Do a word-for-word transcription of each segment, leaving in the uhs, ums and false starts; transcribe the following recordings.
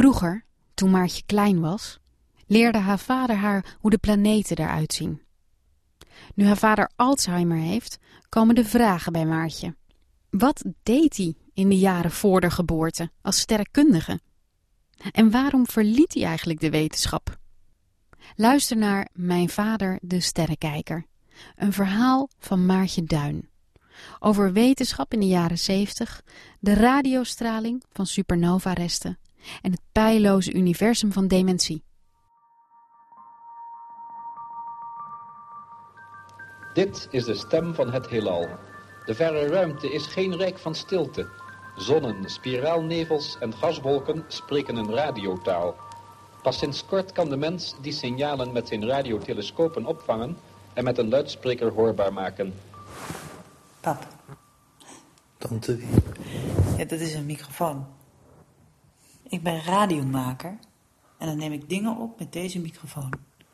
Vroeger, toen Maartje klein was, leerde haar vader haar hoe de planeten eruit zien. Nu haar vader Alzheimer heeft, komen de vragen bij Maartje. Wat deed hij in de jaren voor de geboorte als sterrenkundige? En waarom verliet hij eigenlijk de wetenschap? Luister naar Mijn vader de sterrenkijker. Een verhaal van Maartje Duin. Over wetenschap in de jaren zeventig, de radiostraling van supernova-resten en het peilloze universum van dementie. Dit is de stem van het heelal. De verre ruimte is geen rijk van stilte. Zonnen, spiraalnevels en gaswolken spreken een radiotaal. Pas sinds kort kan de mens die signalen met zijn radiotelescopen opvangen en met een luidspreker hoorbaar maken. Pap. Tante wie? Ja, dat is een microfoon. Ik ben radiomaker en dan neem ik dingen op met deze microfoon.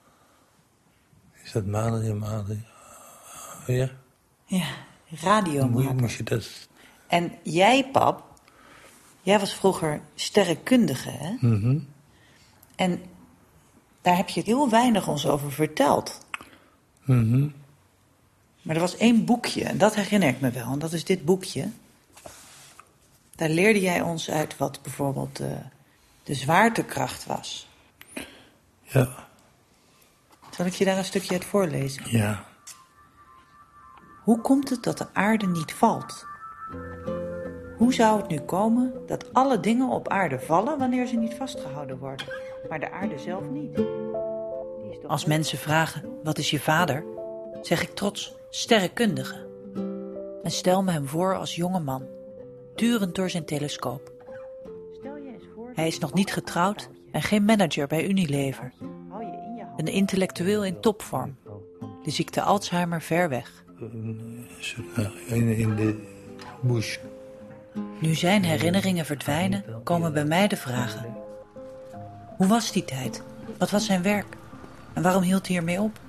Is dat Maden, Maden? Ja? Ja, radiomaker. Moest je dat... En jij, pap, jij was vroeger sterrenkundige, hè? Mm-hmm. En daar heb je heel weinig ons over verteld. Mm-hmm. Maar er was één boekje, en dat herinner ik me wel, en dat is dit boekje. Daar leerde jij ons uit wat bijvoorbeeld de, de zwaartekracht was. Ja. Zal ik je daar een stukje uit voorlezen? Ja. Hoe komt het dat de aarde niet valt? Hoe zou het nu komen dat alle dingen op aarde vallen wanneer ze niet vastgehouden worden, maar de aarde zelf niet? Als mensen vragen, wat is je vader? Zeg ik trots, sterrenkundige. En stel me hem voor als jonge man, turend door zijn telescoop. Hij is nog niet getrouwd en geen manager bij Unilever. Een intellectueel in topvorm. De ziekte Alzheimer ver weg. In, in de bush. Nu zijn herinneringen verdwijnen, komen bij mij de vragen. Hoe was die tijd? Wat was zijn werk? En waarom hield hij ermee op?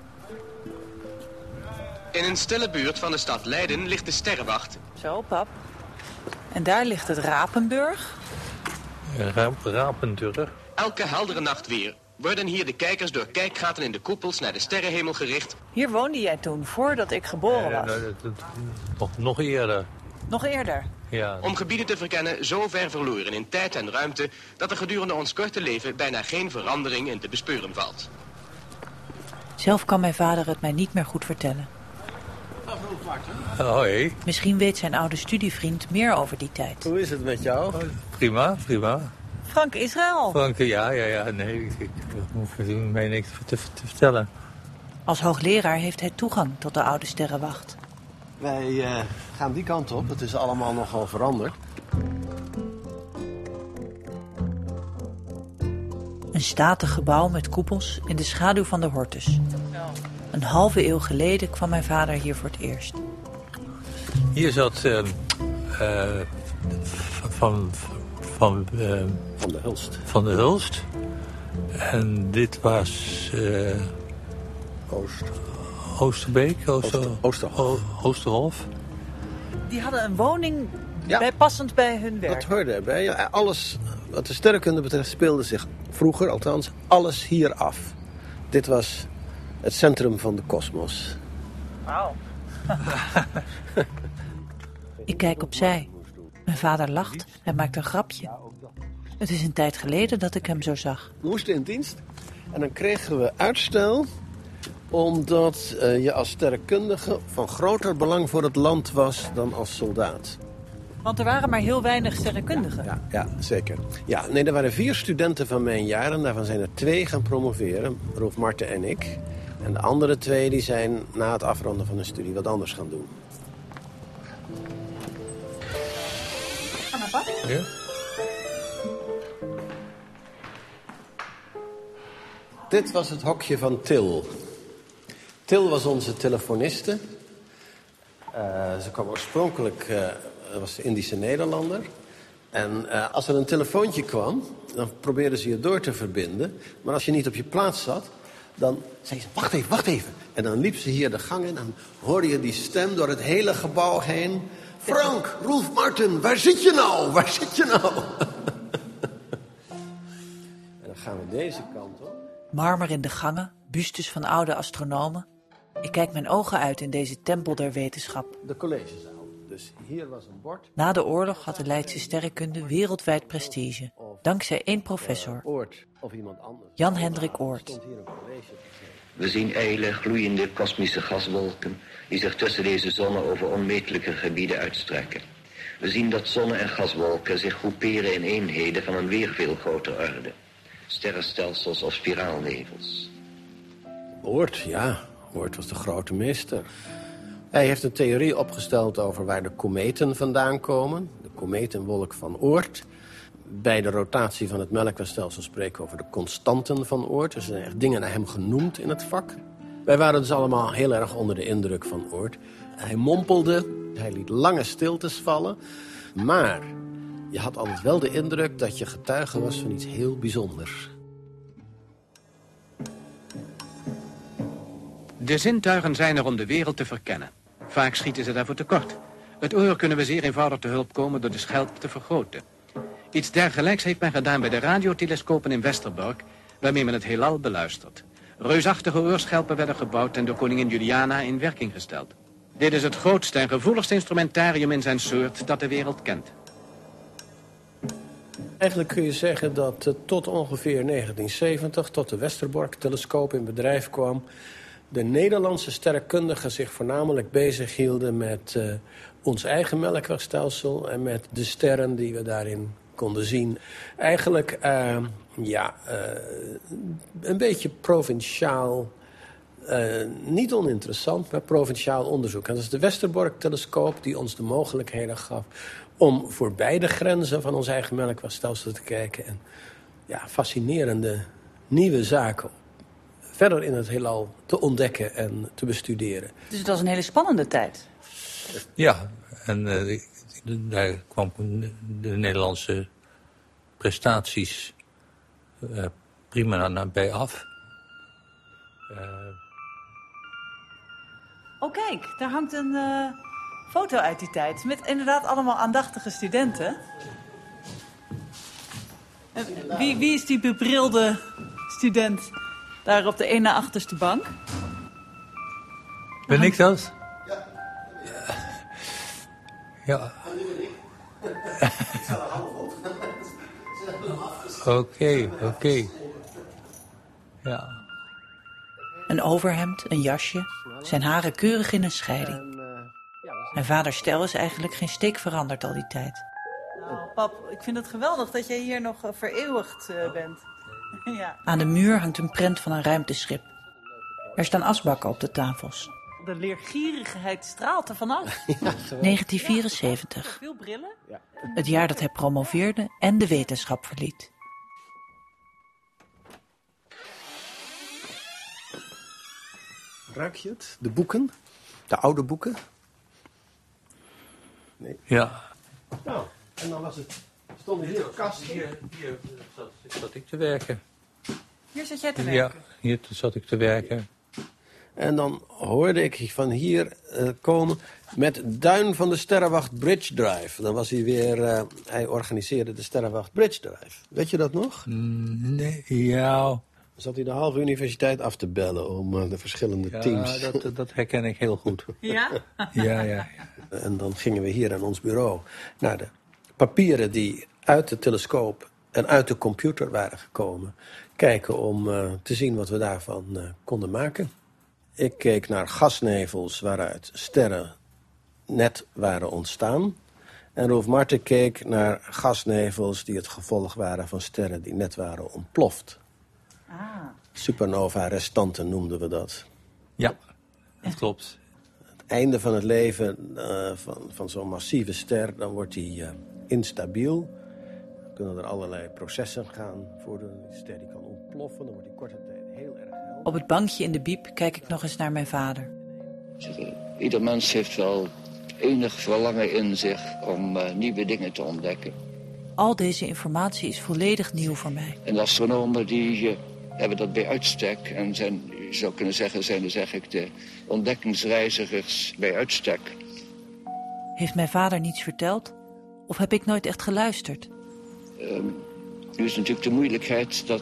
In een stille buurt van de stad Leiden ligt de Sterrenwacht. Zo, pap. En daar ligt het Rapenburg. Raap, Rapenburg. Elke heldere nacht weer worden hier de kijkers door kijkgaten in de koepels naar de sterrenhemel gericht. Hier woonde jij toen, voordat ik geboren was. Ja, dat, dat, nog, nog eerder. Nog eerder? Ja. Om gebieden te verkennen zo ver verloren in tijd en ruimte dat er gedurende ons korte leven bijna geen verandering in te bespeuren valt. Zelf kan mijn vader het mij niet meer goed vertellen. Hoi. Misschien weet zijn oude studievriend meer over die tijd. Hoe is het met jou? Prima, prima. Frank Israël. Frank, ja, ja, ja. Nee, ik, ik hoef mij niks te, te vertellen. Als hoogleraar heeft hij toegang tot de oude sterrenwacht. Wij uh, gaan die kant op. Het is allemaal nogal veranderd. Een statig gebouw met koepels in de schaduw van de Hortus. Een halve eeuw geleden kwam mijn vader hier voor het eerst. Hier zat uh, uh, van, van, uh, van de Hulst. Van de Hulst. En dit was uh, Oost. Oosterbeek, Ooster, Ooster, Oosterhof. O, Oosterhof. Die hadden een woning ja, bij, passend bij hun werk. Dat hoorde erbij. Ja, alles wat de sterrenkunde betreft speelde zich vroeger, althans, alles hier af. Dit was het centrum van de kosmos. Wauw. Ik kijk opzij. Mijn vader lacht. Hij maakt een grapje. Het is een tijd geleden dat ik hem zo zag. We moesten in dienst en dan kregen we uitstel omdat uh, je als sterrenkundige van groter belang voor het land was dan als soldaat. Want er waren maar heel weinig sterrenkundigen. Ja, ja, zeker. Ja, nee, er waren vier studenten van mijn jaar en daarvan zijn er twee gaan promoveren. Rolf Marten en ik. En de andere twee die zijn na het afronden van hun studie wat anders gaan doen. Ga maar, pap. Ja? Dit was het hokje van Til. Til was onze telefoniste. Uh, ze kwam oorspronkelijk, uh, was de Indische Nederlander. En uh, als er een telefoontje kwam, dan probeerden ze je door te verbinden. Maar als je niet op je plaats zat, dan zei ze, wacht even, wacht even. En dan liep ze hier de gang in en dan hoorde je die stem door het hele gebouw heen. Frank, Rolf Marten, waar zit je nou? Waar zit je nou? gaan we deze kant op. Marmer in de gangen, bustes van oude astronomen. Ik kijk mijn ogen uit in deze tempel der wetenschap. De collegezaal. Dus hier was een bord. Na de oorlog had de Leidse sterrenkunde wereldwijd prestige. Dankzij één professor, Oort of iemand anders. Jan Hendrik Oort. Stond hier een college te geven. We zien ijle, gloeiende kosmische gaswolken die zich tussen deze zonnen over onmetelijke gebieden uitstrekken. We zien dat zonnen en gaswolken zich groeperen in eenheden van een weer veel groter orde. Sterrenstelsels of spiraalnevels. Oort, ja. Oort was de grote meester. Hij heeft een theorie opgesteld over waar de kometen vandaan komen. De kometenwolk van Oort. Bij de rotatie van het Melkwegstelsel spreken we over de constanten van Oort. Er zijn echt dingen naar hem genoemd in het vak. Wij waren dus allemaal heel erg onder de indruk van Oort. Hij mompelde, hij liet lange stiltes vallen. Maar je had altijd wel de indruk dat je getuige was van iets heel bijzonders. De zintuigen zijn er om de wereld te verkennen. Vaak schieten ze daarvoor tekort. Het oor kunnen we zeer eenvoudig te hulp komen door de schelp te vergroten. Iets dergelijks heeft men gedaan bij de radiotelescopen in Westerbork, waarmee men het heelal beluistert. Reusachtige oorschelpen werden gebouwd en door koningin Juliana in werking gesteld. Dit is het grootste en gevoeligste instrumentarium in zijn soort dat de wereld kent. Eigenlijk kun je zeggen dat uh, tot ongeveer negentien zeventig, tot de Westerbork-telescoop in bedrijf kwam, de Nederlandse sterrenkundigen zich voornamelijk bezighielden met uh, ons eigen Melkwegstelsel en met de sterren die we daarin konden zien. Eigenlijk uh, ja, uh, een beetje provinciaal, uh, niet oninteressant, maar provinciaal onderzoek. En dat is de Westerbork-telescoop die ons de mogelijkheden gaf om voorbij de grenzen van ons eigen Melkwegstelsel te kijken en ja, fascinerende nieuwe zaken verder in het heelal te ontdekken en te bestuderen. Dus het was een hele spannende tijd. Ja, en uh, daar kwam de Nederlandse prestaties uh, prima naar bij af. Uh... Oh kijk, daar hangt een uh, foto uit die tijd met inderdaad allemaal aandachtige studenten. En wie, wie is die bebrilde student daar op de ene achterste bank? Ben ik dat? Ja. Ja. Oké, oké. Ja. Een overhemd, een jasje, zijn haren keurig in een scheiding. Mijn vader Stel is eigenlijk geen steek veranderd al die tijd. Nou, pap, ik vind het geweldig dat jij hier nog vereeuwigd uh, bent. Ja. Aan de muur hangt een prent van een ruimteschip. Er staan asbakken op de tafels. De leergierigheid straalt er vanaf. Ja, negentien vierenzeventig. Ja, veel brillen. Het jaar dat hij promoveerde en de wetenschap verliet. Ruik je het? De boeken? De oude boeken? Nee. Ja. Nou, en dan was het... Stonden hier kasten. Hier, hier zat, zat ik te werken. Hier zat jij te werken? Ja, hier zat ik te werken. En dan hoorde ik van hier uh, komen met Duin van de Sterrenwacht Bridge Drive. Dan was hij weer, uh, hij organiseerde de Sterrenwacht Bridge Drive. Weet je dat nog? Mm, nee, ja. Dan zat hij de halve universiteit af te bellen om uh, de verschillende ja, teams. Ja, dat, dat herken ik heel goed. Ja? Ja, ja, ja. En dan gingen we hier aan ons bureau naar de papieren die uit de telescoop en uit de computer waren gekomen kijken om uh, te zien wat we daarvan uh, konden maken. Ik keek naar gasnevels waaruit sterren net waren ontstaan. En Rolf Marten keek naar gasnevels die het gevolg waren van sterren die net waren ontploft. Ah. Supernova-restanten noemden we dat. Ja, dat klopt. Het einde van het leven uh, van, van zo'n massieve ster, dan wordt die uh, instabiel. Dan kunnen er allerlei processen gaan voor de ster die kan ontploffen. Dan wordt die korte tijd heel erg helder. Op het bankje in de biep kijk ik nog eens naar mijn vader. Ieder mens heeft wel enig verlangen in zich om uh, nieuwe dingen te ontdekken. Al deze informatie is volledig nieuw voor mij. En de astronomen die uh, hebben dat bij uitstek. En zijn, je zou kunnen zeggen, zijn dus eigenlijk de ontdekkingsreizigers bij uitstek. Heeft mijn vader niets verteld? Of heb ik nooit echt geluisterd? Uh, nu is natuurlijk de moeilijkheid dat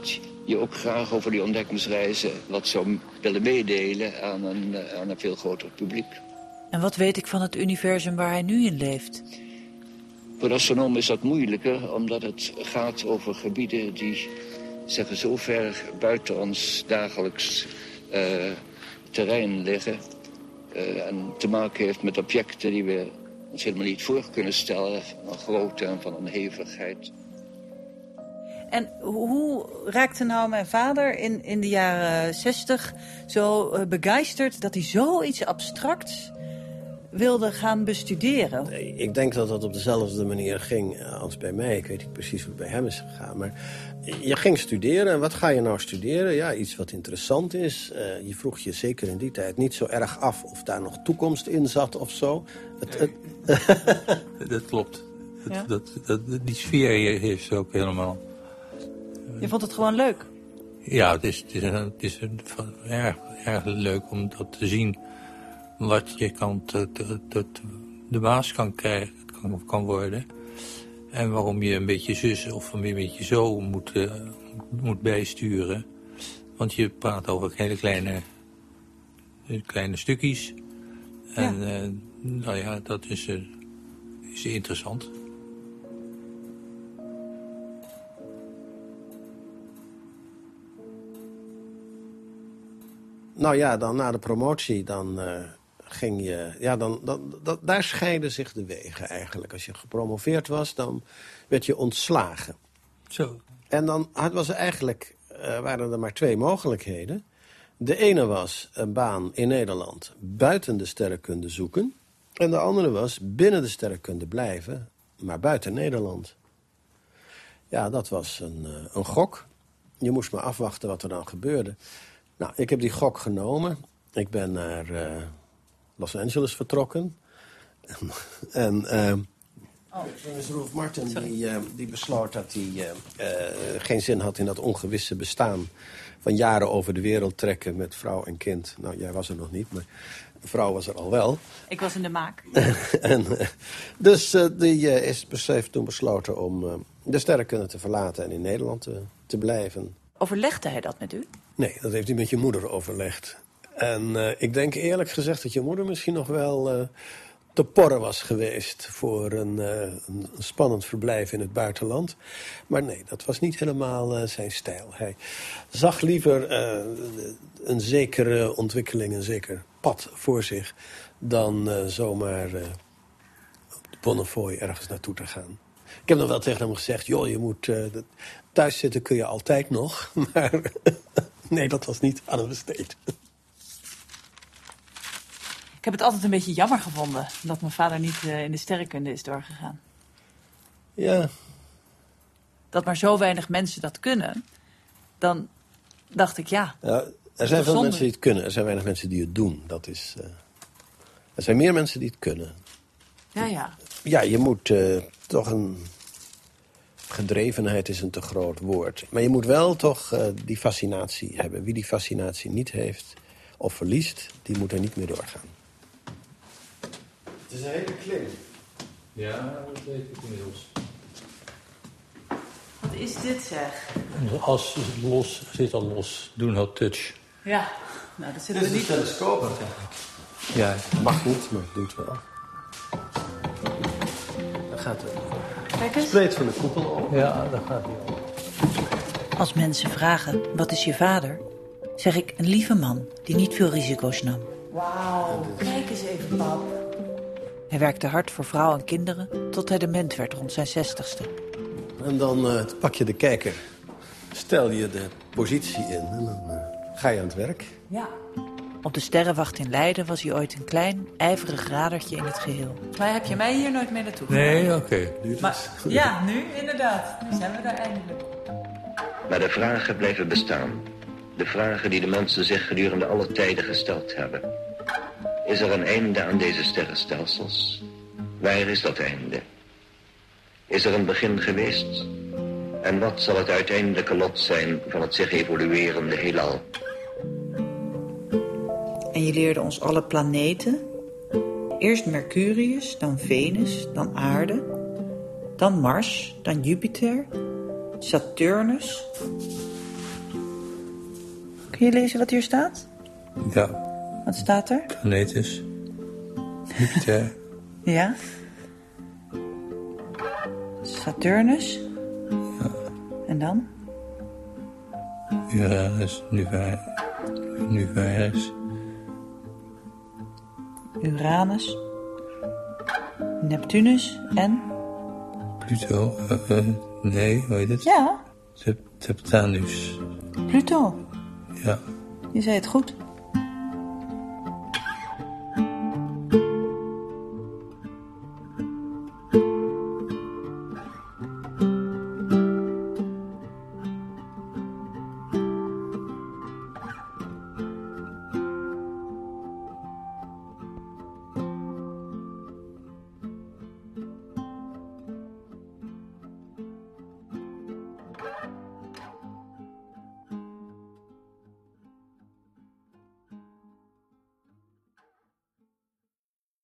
je ook graag over die ontdekkingsreizen wat zou willen meedelen aan een, aan een veel groter publiek. En wat weet ik van het universum waar hij nu in leeft? Voor de astronoom is dat moeilijker, omdat het gaat over gebieden die zeggen, zo ver buiten ons dagelijks uh, terrein liggen. Uh, en te maken heeft met objecten die we ons helemaal niet voor kunnen stellen, van grootte en van een hevigheid. En hoe raakte nou mijn vader in, in de jaren zestig zo uh, begeisterd dat hij zoiets abstracts wilde gaan bestuderen? Nee, ik denk dat dat op dezelfde manier ging als bij mij. Ik weet niet precies hoe het bij hem is gegaan. Maar je ging studeren. En wat ga je nou studeren? Ja, iets wat interessant is. Uh, je vroeg je zeker in die tijd niet zo erg af of daar nog toekomst in zat of zo. Het, nee. het... dat klopt. Dat, ja? dat, dat, die sfeer heeft ze ook helemaal. Je vond het gewoon leuk? Ja, het is, het is, het is erg, erg leuk om dat te zien. Wat je kan tot, tot de baas kan krijgen, kan, kan worden. En waarom je een beetje zus of een beetje zo moet, uh, moet bijsturen. Want je praat over hele kleine, kleine stukjes. En ja. Uh, nou ja, dat is, uh, is interessant. Nou ja, dan na de promotie, dan uh, ging je... Ja, dan, dan, dan, daar scheiden zich de wegen eigenlijk. Als je gepromoveerd was, dan werd je ontslagen. Zo. En dan was er eigenlijk, uh, waren er maar twee mogelijkheden. De ene was een baan in Nederland buiten de sterrenkunde zoeken. En de andere was binnen de sterrenkunde blijven, maar buiten Nederland. Ja, dat was een, uh, een gok. Je moest maar afwachten wat er dan gebeurde. Nou, ik heb die gok genomen. Ik ben naar uh, Los Angeles vertrokken. en uh, oh. Rolf Martin die, uh, die besloot dat hij uh, uh, geen zin had in dat ongewisse bestaan van jaren over de wereld trekken met vrouw en kind. Nou, jij was er nog niet, maar de vrouw was er al wel. Ik was in de maak. en, uh, dus uh, die uh, is, heeft toen besloten om uh, de sterrenkunde te verlaten en in Nederland te, te blijven. Overlegde hij dat met u? Nee, dat heeft hij met je moeder overlegd. En uh, ik denk eerlijk gezegd dat je moeder misschien nog wel uh, te porren was geweest voor een, uh, een spannend verblijf in het buitenland. Maar nee, dat was niet helemaal uh, zijn stijl. Hij zag liever uh, een zekere ontwikkeling, een zeker pad voor zich, dan uh, zomaar uh, op de Bonnefoy ergens naartoe te gaan. Ik heb nog wel tegen hem gezegd, joh, je moet uh, thuis zitten kun je altijd nog. Maar nee, dat was niet aan hem besteed. Ik heb het altijd een beetje jammer gevonden dat mijn vader niet uh, in de sterrenkunde is doorgegaan. Ja. Dat maar zo weinig mensen dat kunnen, dan dacht ik ja. ja er zijn veel mensen die het kunnen, er zijn weinig mensen die het doen. Dat is, uh, er zijn meer mensen die het kunnen. Ja, ja. Ja, je moet uh, toch een... Gedrevenheid is een te groot woord. Maar je moet wel toch uh, die fascinatie hebben. Wie die fascinatie niet heeft of verliest, die moet er niet meer doorgaan. Het is een hele klim. Ja, dat weet ik inmiddels. Wat is dit zeg? Als los, zit al los. Do not touch. Ja, nou dat zitten we niet... Dit is een telescoop. Ja. Mag niet, maar het doet wel. Dat gaat wel. Kijk eens. Spreekt van de koepel op. Ja, daar gaat hij op. Als mensen vragen, wat is je vader? Zeg ik, een lieve man die niet veel risico's nam. Wauw, kijk eens even, pap. Hij werkte hard voor vrouw en kinderen tot hij dement werd rond zijn zestigste. En dan uh, pak je de kijker. Stel je de positie in en dan uh, ga je aan het werk. Ja. Op de Sterrenwacht in Leiden was hij ooit een klein, ijverig radertje in het geheel. Maar heb je mij hier nooit mee naartoe gegaan? Nee, oké. Okay. Maar ja, nu inderdaad. Nu zijn we daar eindelijk. Maar de vragen blijven bestaan. De vragen die de mensen zich gedurende alle tijden gesteld hebben. Is er een einde aan deze sterrenstelsels? Waar is dat einde? Is er een begin geweest? En wat zal het uiteindelijke lot zijn van het zich evoluerende heelal? En je leerde ons alle planeten. Eerst Mercurius, dan Venus, dan Aarde. Dan Mars, dan Jupiter. Saturnus. Kun je lezen wat hier staat? Ja. Wat staat er? Planetes. Jupiter. Ja. Saturnus. Ja. En dan? Uranus, Nuvaris. Uranus. Neptunus en? Pluto. Uh, uh, nee, hoe heet het? Ja. Septanus. Pluto. Ja. Je zei het goed.